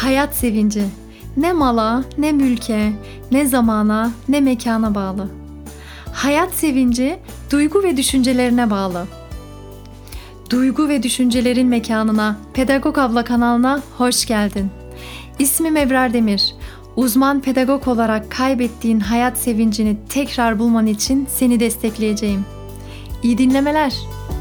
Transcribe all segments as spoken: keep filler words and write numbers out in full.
Hayat sevinci ne mala, ne mülke, ne zamana, ne mekana bağlı. Hayat sevinci duygu ve düşüncelerine bağlı. Duygu ve düşüncelerin mekanına, Pedagog Abla kanalına hoş geldin. İsmim Ebrar Demir. Uzman pedagog olarak kaybettiğin hayat sevincini tekrar bulman için seni destekleyeceğim. İyi dinlemeler.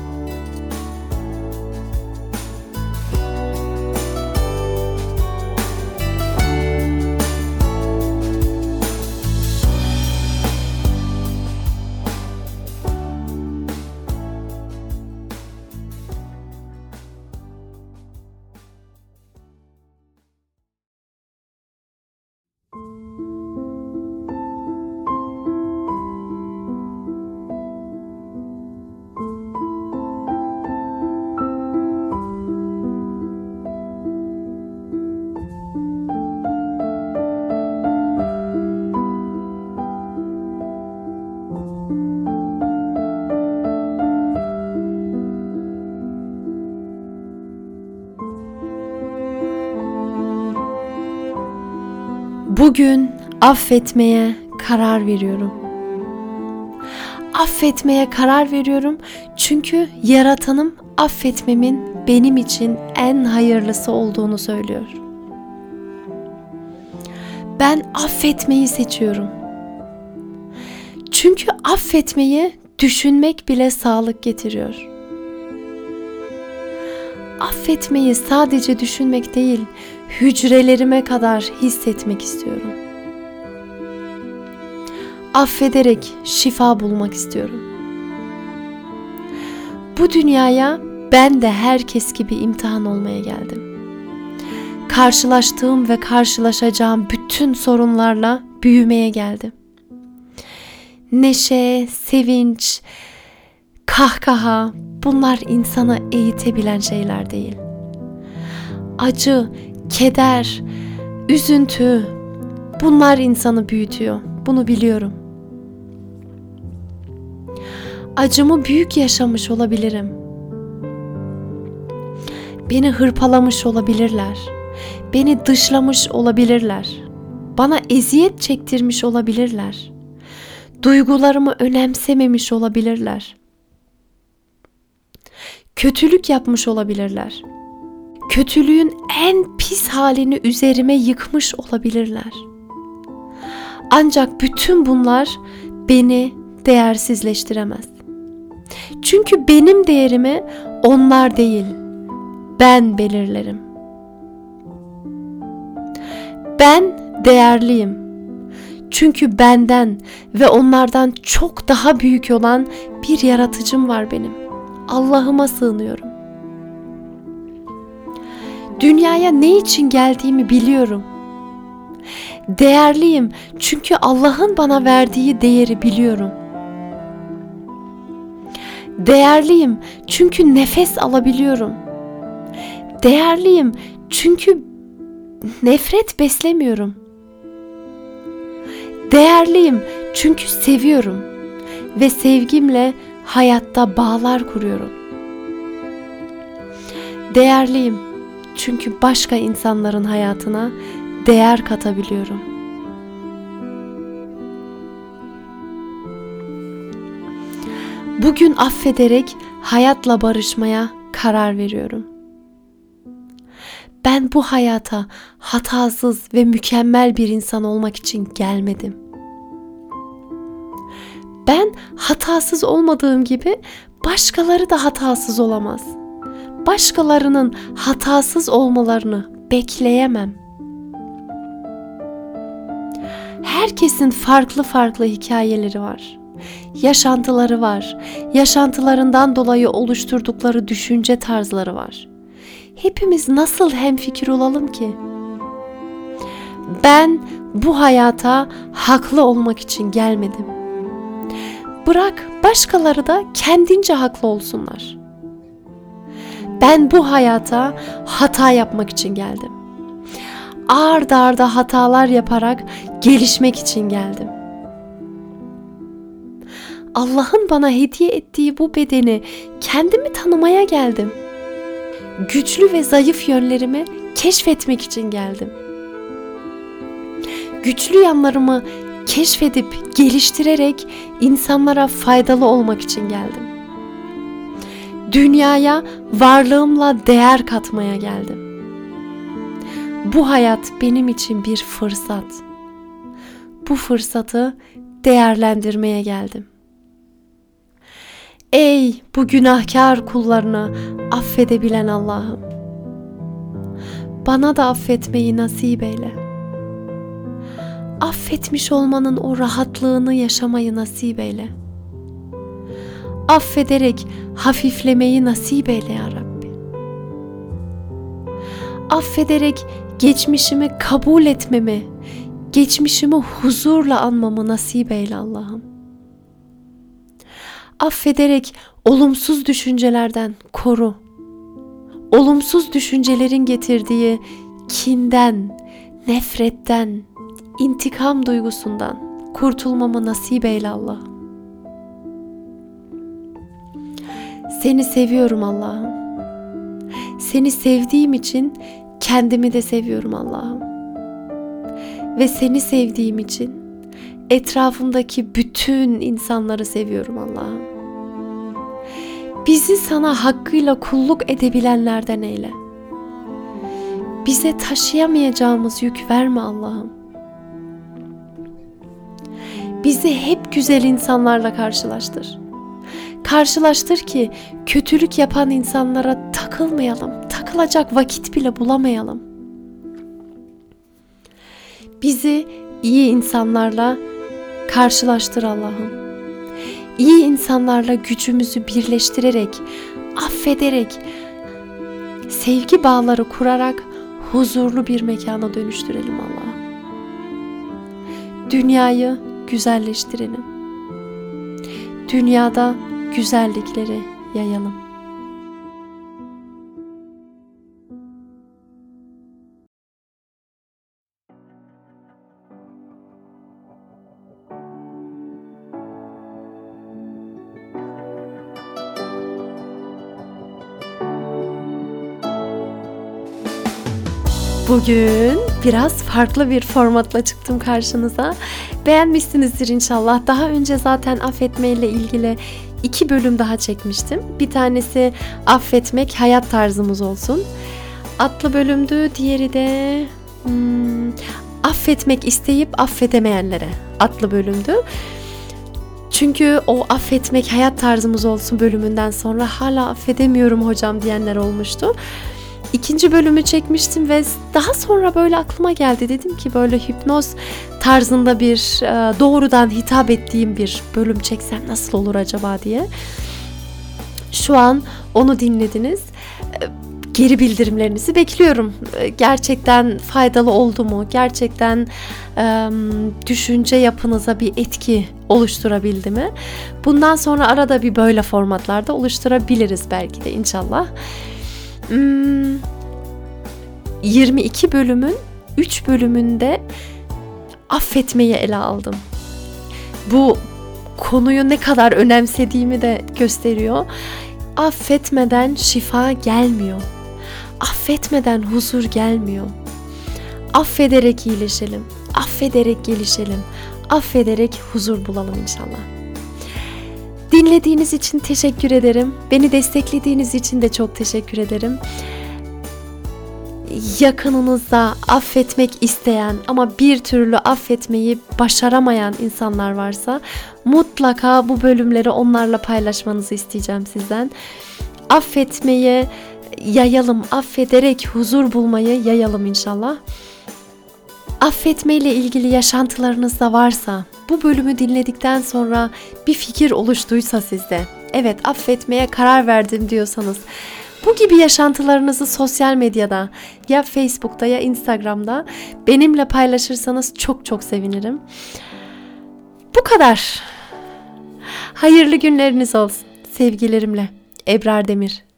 Bugün affetmeye karar veriyorum. Affetmeye karar veriyorum çünkü Yaratanım affetmemin benim için en hayırlısı olduğunu söylüyor. Ben affetmeyi seçiyorum. Çünkü affetmeyi düşünmek bile sağlık getiriyor. Affetmeyi sadece düşünmek değil, hücrelerime kadar hissetmek istiyorum. Affederek şifa bulmak istiyorum. Bu dünyaya ben de herkes gibi imtihan olmaya geldim. Karşılaştığım ve karşılaşacağım bütün sorunlarla büyümeye geldim. Neşe, sevinç, kahkaha, bunlar insana eğitebilen şeyler değil. Acı, keder, üzüntü, bunlar insanı büyütüyor. Bunu biliyorum. Acımı büyük yaşamış olabilirim. Beni hırpalamış olabilirler. Beni dışlamış olabilirler. Bana eziyet çektirmiş olabilirler. Duygularımı önemsememiş olabilirler. Kötülük yapmış olabilirler. Kötülüğün en pis halini üzerime yıkmış olabilirler. Ancak bütün bunlar beni değersizleştiremez. Çünkü benim değerimi onlar değil, ben belirlerim. Ben değerliyim. Çünkü benden ve onlardan çok daha büyük olan bir yaratıcım var benim. Allah'ıma sığınıyorum. Dünyaya ne için geldiğimi biliyorum. Değerliyim çünkü Allah'ın bana verdiği değeri biliyorum. Değerliyim çünkü nefes alabiliyorum. Değerliyim çünkü nefret beslemiyorum. Değerliyim çünkü seviyorum ve sevgimle hayatta bağlar kuruyorum. Değerliyim çünkü başka insanların hayatına değer katabiliyorum. Bugün affederek hayatla barışmaya karar veriyorum. Ben bu hayata hatasız ve mükemmel bir insan olmak için gelmedim. Ben hatasız olmadığım gibi başkaları da hatasız olamaz. Başkalarının hatasız olmalarını bekleyemem. Herkesin farklı farklı hikayeleri var. Yaşantıları var. Yaşantılarından dolayı oluşturdukları düşünce tarzları var. Hepimiz nasıl hemfikir olalım ki? Ben bu hayata haklı olmak için gelmedim. Bırak başkaları da kendince haklı olsunlar. Ben bu hayata hata yapmak için geldim. Ard arda hatalar yaparak gelişmek için geldim. Allah'ın bana hediye ettiği bu bedeni kendimi tanımaya geldim. Güçlü ve zayıf yönlerimi keşfetmek için geldim. Güçlü yanlarımı keşfedip geliştirerek insanlara faydalı olmak için geldim. Dünyaya varlığımla değer katmaya geldim. Bu hayat benim için bir fırsat. Bu fırsatı değerlendirmeye geldim. Ey bu günahkar kullarını affedebilen Allah'ım, bana da affetmeyi nasip eyle. Affetmiş olmanın o rahatlığını yaşamayı nasip eyle. Affederek hafiflemeyi nasip eyle ya Rabbi. Affederek geçmişimi kabul etmemi, geçmişimi huzurla anmamı nasip eyle Allah'ım. Affederek olumsuz düşüncelerden koru. Olumsuz düşüncelerin getirdiği kinden, nefretten, intikam duygusundan kurtulmamı nasip eyle Allah'ım. Seni seviyorum Allah'ım. Seni sevdiğim için kendimi de seviyorum Allah'ım. Ve seni sevdiğim için etrafımdaki bütün insanları seviyorum Allah'ım. Bizi sana hakkıyla kulluk edebilenlerden eyle. Bize taşıyamayacağımız yük verme Allah'ım. Bizi hep güzel insanlarla karşılaştır. Karşılaştır ki kötülük yapan insanlara takılmayalım. Takılacak vakit bile bulamayalım. Bizi iyi insanlarla karşılaştır Allah'ım. İyi insanlarla gücümüzü birleştirerek, affederek, sevgi bağları kurarak huzurlu bir mekana dönüştürelim Allah'ım. Dünyayı güzelleştirelim. Dünyada güzellikleri yayalım. Bugün biraz farklı bir formatla çıktım karşınıza. Beğenmişsinizdir inşallah. Daha önce zaten affetmeyle ilgili iki bölüm daha çekmiştim. Bir tanesi affetmek hayat tarzımız olsun adlı bölümdü. Diğeri de hmm, affetmek isteyip affedemeyenlere adlı bölümdü. Çünkü o affetmek hayat tarzımız olsun bölümünden sonra hala affedemiyorum hocam diyenler olmuştu. İkinci bölümü çekmiştim ve daha sonra böyle aklıma geldi. Dedim ki böyle hipnoz tarzında bir doğrudan hitap ettiğim bir bölüm çeksem nasıl olur acaba diye. Şu an onu dinlediniz. Geri bildirimlerinizi bekliyorum. Gerçekten faydalı oldu mu? Gerçekten e, düşünce yapınıza bir etki oluşturabildi mi? Bundan sonra arada bir böyle formatlarda oluşturabiliriz belki de inşallah. yirmi iki bölümün üç bölümünde affetmeyi ele aldım. Bu konuyu ne kadar önemsediğimi de gösteriyor. Affetmeden şifa gelmiyor. Affetmeden huzur gelmiyor. Affederek iyileşelim. Affederek gelişelim. Affederek huzur bulalım inşallah. Dinlediğiniz için teşekkür ederim. Beni desteklediğiniz için de çok teşekkür ederim. Yakınınızda affetmek isteyen ama bir türlü affetmeyi başaramayan insanlar varsa mutlaka bu bölümleri onlarla paylaşmanızı isteyeceğim sizden. Affetmeyi yayalım, affederek huzur bulmayı yayalım inşallah. Affetmeyle ilgili yaşantılarınız da varsa, bu bölümü dinledikten sonra bir fikir oluştuysa sizde, evet affetmeye karar verdim diyorsanız, bu gibi yaşantılarınızı sosyal medyada, ya Facebook'ta ya Instagram'da benimle paylaşırsanız çok çok sevinirim. Bu kadar. Hayırlı günleriniz olsun. Sevgilerimle. Ebrar Demir.